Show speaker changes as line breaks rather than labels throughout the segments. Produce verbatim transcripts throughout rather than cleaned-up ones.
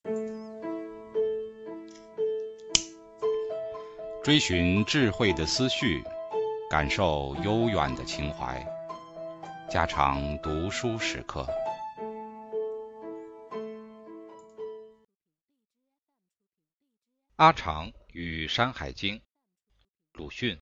追寻智慧的思绪，感受悠远的情怀，家常读书时刻。阿长与山海经，鲁迅。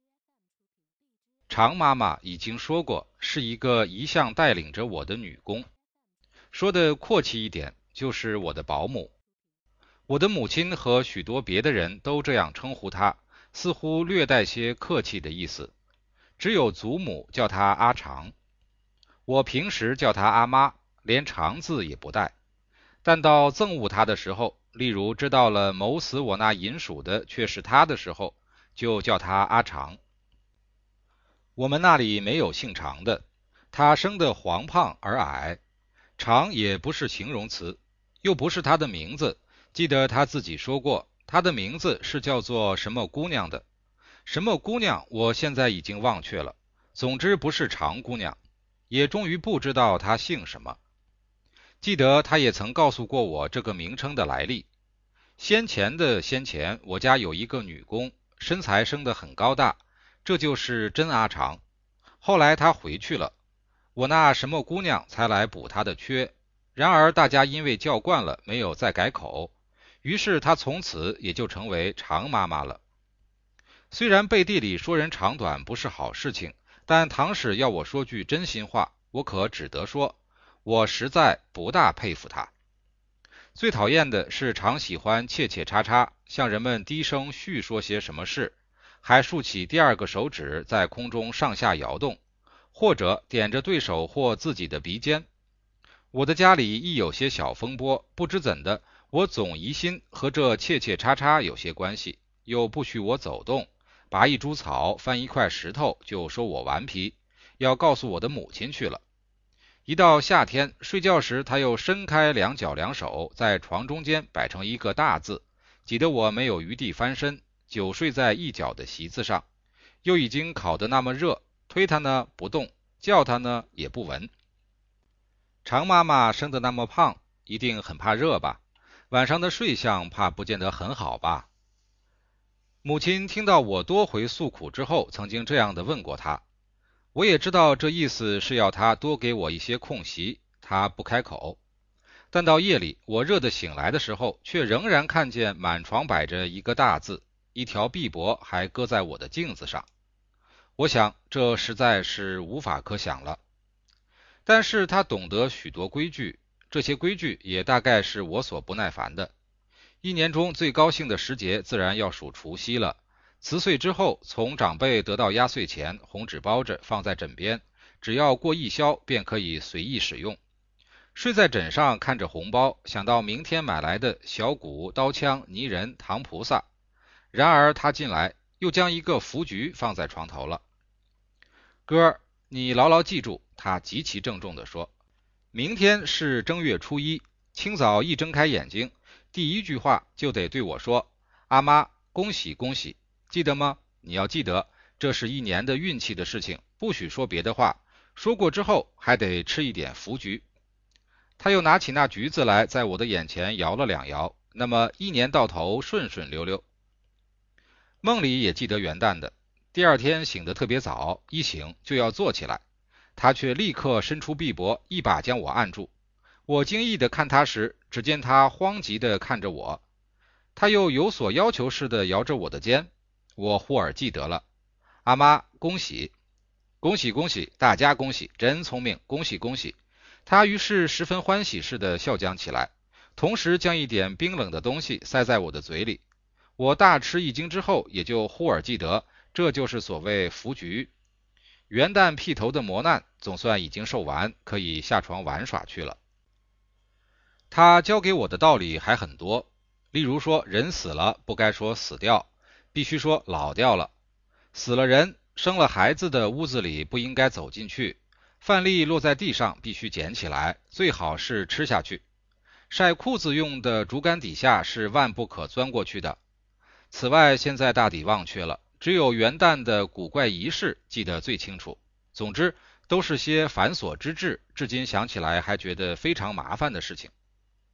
常妈妈已经说过，是一个一向带领着我的女工，说的阔气一点，就是我的保姆。我的母亲和许多别的人都这样称呼她，似乎略带些客气的意思。只有祖母叫她阿长，我平时叫她阿妈，连长字也不带。但到憎恶她的时候，例如知道了谋死我那银鼠的却是她的时候，就叫她阿长。我们那里没有姓常的，她生得黄胖而矮，长也不是形容词，又不是她的名字。记得她自己说过，她的名字是叫做什么姑娘的，什么姑娘我现在已经忘却了，总之不是常姑娘，也终于不知道她姓什么。记得她也曾告诉过我这个名称的来历。先前的先前，我家有一个女工，身材生得很高大，这就是真阿长。后来她回去了，我那什么姑娘才来补她的缺，然而大家因为叫惯了，没有再改口，于是她从此也就成为常妈妈了。虽然背地里说人长短不是好事情，但唐使要我说句真心话，我可只得说，我实在不大佩服她。最讨厌的是常喜欢切切叉叉，向人们低声叙说些什么事，还竖起第二个手指在空中上下摇动，或者点着对手或自己的鼻尖。我的家里一有些小风波，不知怎的，我总疑心和这切切叉叉有些关系，又不许我走动，拔一株草，翻一块石头，就说我顽皮，要告诉我的母亲去了。一到夏天睡觉时，他又伸开两脚两手，在床中间摆成一个大字，挤得我没有余地翻身，久睡在一角的席子上。又已经烤得那么热，推他呢不动，叫他呢也不闻。常妈妈生得那么胖，一定很怕热吧？晚上的睡相怕不见得很好吧？母亲听到我多回诉苦之后，曾经这样的问过她。我也知道这意思是要他多给我一些空隙，他不开口。但到夜里我热得醒来的时候，却仍然看见满床摆着一个大字，一条臂膊还搁在我的镜子上。我想这实在是无法可想了。但是他懂得许多规矩，这些规矩也大概是我所不耐烦的。一年中最高兴的时节自然要数除夕了。辞岁之后，从长辈得到压岁钱，红纸包着放在枕边，只要过一宵便可以随意使用。睡在枕上看着红包，想到明天买来的小鼓、刀枪、泥人、唐菩萨。然而他进来，又将一个福菊放在床头了。哥儿，你牢牢记住，他极其郑重地说，明天是正月初一，清早一睁开眼睛，第一句话就得对我说，阿妈，恭喜恭喜。记得吗？你要记得，这是一年的运气的事情，不许说别的话，说过之后还得吃一点福菊。他又拿起那橘子来，在我的眼前摇了两摇，那么一年到头顺顺溜溜。梦里也记得元旦的，第二天醒得特别早，一醒就要坐起来，他却立刻伸出臂膊，一把将我按住。我惊异地看他时，只见他慌急地看着我，他又有所要求似的摇着我的肩。我忽而记得了，阿妈，恭喜，恭喜恭喜，大家恭喜，真聪明，恭喜恭喜。他于是十分欢喜似的笑讲起来，同时将一点冰冷的东西塞在我的嘴里。我大吃一惊之后，也就忽而记得，这就是所谓福菊。元旦劈头的磨难总算已经受完，可以下床玩耍去了。他教给我的道理还很多，例如说人死了不该说死掉，必须说老掉了。死了人生了孩子的屋子里不应该走进去，饭粒落在地上必须捡起来，最好是吃下去。晒裤子用的竹竿底下是万不可钻过去的。此外现在大抵忘却了，只有元旦的古怪仪式记得最清楚。总之都是些繁琐之至，至今想起来还觉得非常麻烦的事情。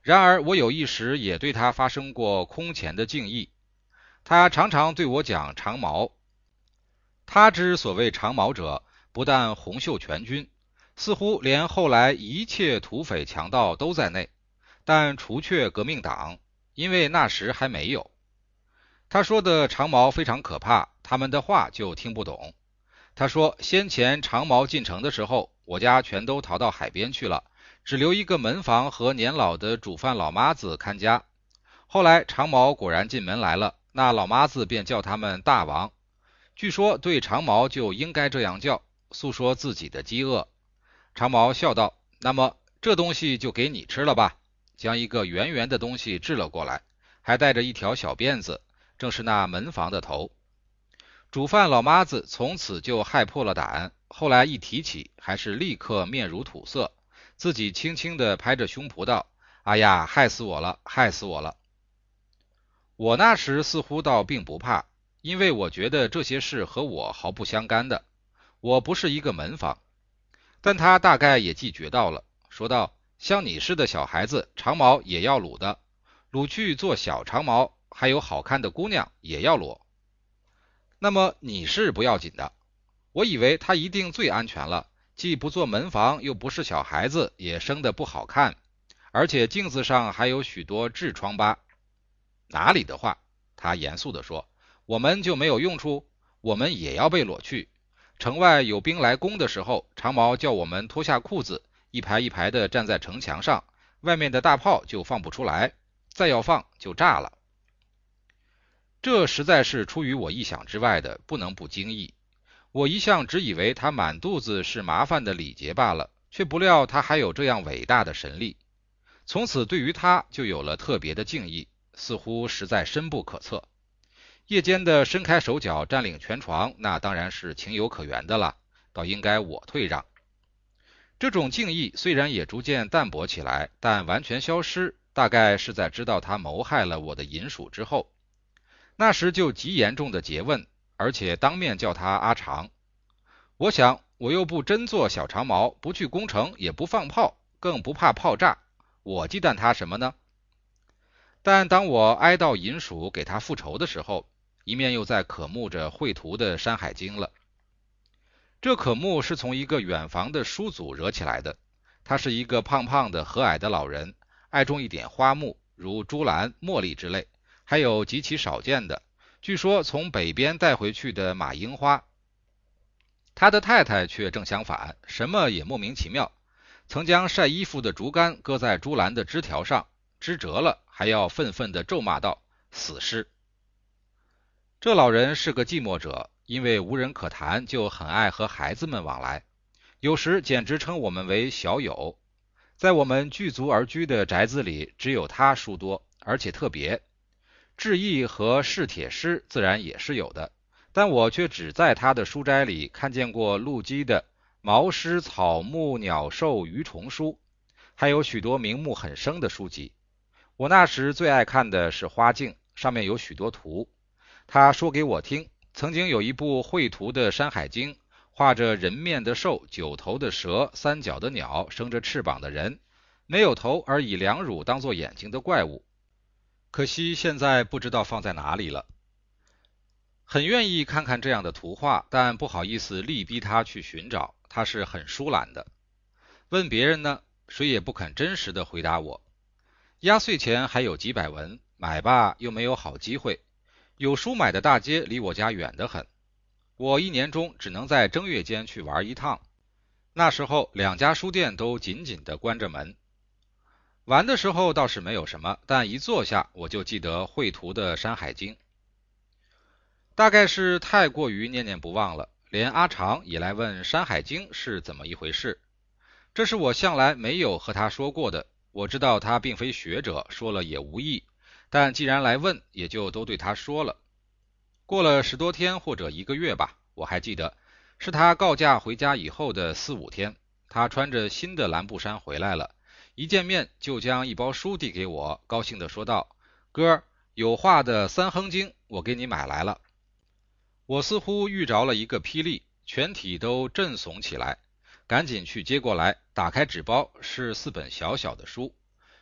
然而我有一时也对他发生过空前的敬意。他常常对我讲长矛。他之所谓长矛者，不但洪秀全军，似乎连后来一切土匪强盗都在内，但除却革命党，因为那时还没有。他说的长矛非常可怕，他们的话就听不懂。他说先前长矛进城的时候，我家全都逃到海边去了，只留一个门房和年老的煮饭老妈子看家。后来长矛果然进门来了，那老妈子便叫他们大王，据说对长矛就应该这样叫，诉说自己的饥饿。长矛笑道，那么这东西就给你吃了吧，将一个圆圆的东西掷了过来，还带着一条小辫子，正是那门房的头。煮饭老妈子从此就害破了胆，后来一提起还是立刻面如土色，自己轻轻地拍着胸脯道，哎呀，害死我了，害死我了。我那时似乎倒并不怕，因为我觉得这些事和我毫不相干的，我不是一个门房。但他大概也记觉到了，说道，像你似的小孩子，长矛也要撸的，撸去做小长矛，还有好看的姑娘也要裸。那么你是不要紧的。我以为他一定最安全了，既不做门房，又不是小孩子，也生得不好看，而且镜子上还有许多痔疮疤。哪里的话，他严肃地说，我们就没有用处，我们也要被裸去。城外有兵来攻的时候，长矛叫我们脱下裤子，一排一排地站在城墙上，外面的大炮就放不出来，再要放就炸了。这实在是出于我意想之外的，不能不惊异。我一向只以为他满肚子是麻烦的礼节罢了，却不料他还有这样伟大的神力。从此对于他就有了特别的敬意，似乎实在深不可测。夜间的伸开手脚占领全床，那当然是情有可原的了，倒应该我退让。这种敬意虽然也逐渐淡薄起来，但完全消失，大概是在知道他谋害了我的银属之后。那时就极严重的诘问，而且当面叫他阿长。我想我又不真做小长矛，不去攻城，也不放炮，更不怕炮炸，我忌惮他什么呢？但当我哀悼银属给他复仇的时候，一面又在渴慕着绘图的《山海经》了。这渴慕是从一个远房的叔祖惹起来的，他是一个胖胖的和蔼的老人，爱种一点花木，如珠兰、茉莉之类，还有极其少见的，据说从北边带回去的马樱花。他的太太却正相反，什么也莫名其妙，曾将晒衣服的竹竿搁在珠兰的枝条上，枝折了还要愤愤地咒骂道，死尸。这老人是个寂寞者，因为无人可谈，就很爱和孩子们往来，有时简直称我们为小友。在我们聚族而居的宅子里，只有他书多，而且特别。志异和试帖诗自然也是有的，但我却只在他的书斋里看见过陆机的毛诗草木鸟兽鱼虫书，还有许多名目很生的书籍。我那时最爱看的是花镜，上面有许多图。他说给我听，曾经有一部绘图的《山海经》，画着人面的兽，九头的蛇，三脚的鸟，生着翅膀的人，没有头而以两乳当作眼睛的怪物。可惜现在不知道放在哪里了。很愿意看看这样的图画，但不好意思力逼他去寻找，他是很疏懒的。问别人呢，谁也不肯真实的回答我。压岁钱还有几百文，买吧又没有好机会，有书买的大街离我家远得很，我一年中只能在正月间去玩一趟。那时候两家书店都紧紧地关着门。玩的时候倒是没有什么，但一坐下我就记得绘图的《山海经》。大概是太过于念念不忘了，连阿长也来问《山海经》是怎么一回事。这是我向来没有和他说过的，我知道他并非学者，说了也无益，但既然来问，也就都对他说了。过了十多天或者一个月吧，我还记得是他告假回家以后的四五天，他穿着新的蓝布衫回来了，一见面就将一包书递给我，高兴地说道，哥，有画的《三亨经》我给你买来了。我似乎遇着了一个霹雳，全体都震悚起来，赶紧去接过来，打开纸包，是四本小小的书，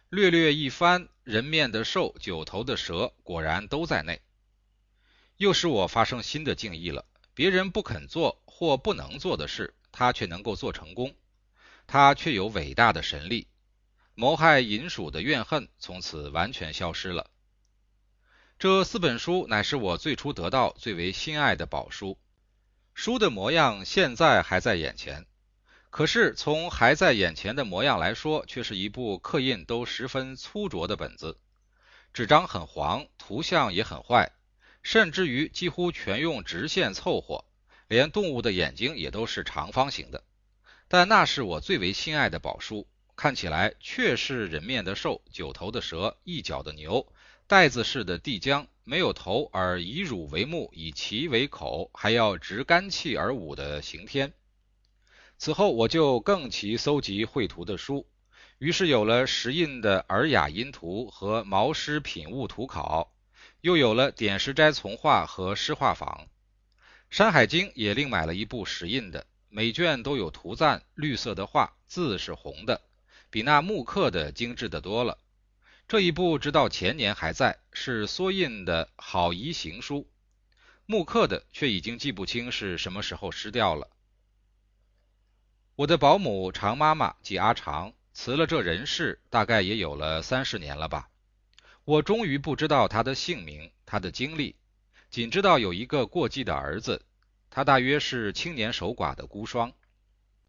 略略一翻，人面的兽，九头的蛇，果然都在内。又使我发生新的敬意了，别人不肯做或不能做的事，他却能够做成功，他却有伟大的神力，谋害银鼠的怨恨从此完全消失了。这四本书乃是我最初得到最为心爱的宝书，书的模样现在还在眼前，可是从还在眼前的模样来说，却是一部刻印都十分粗拙的本子，纸张很黄，图像也很坏，甚至于几乎全用直线凑合，连动物的眼睛也都是长方形的。但那是我最为心爱的宝书，看起来确是人面的兽，九头的蛇，一角的牛，袋子式的地浆，没有头而以乳为目，以鳍为口，还要执干气而舞的刑天。此后我就更其搜集绘图的书，于是有了石印的尔雅音图和毛诗品物图考，又有了点石斋从画和诗画坊。山海经也另买了一部石印的，每卷都有图赞，绿色的画，字是红的，比那木刻的精致的多了。这一部直到前年还在，是缩印的好遗行书，木刻的却已经记不清是什么时候失掉了。我的保姆常妈妈即阿常辞了这人世，大概也有了三十年了吧。我终于不知道她的姓名，她的经历，仅知道有一个过继的儿子，他大约是青年守寡的孤孀。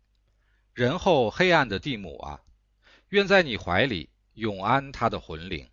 人后黑暗的地母啊，愿在你怀里永安他的魂灵。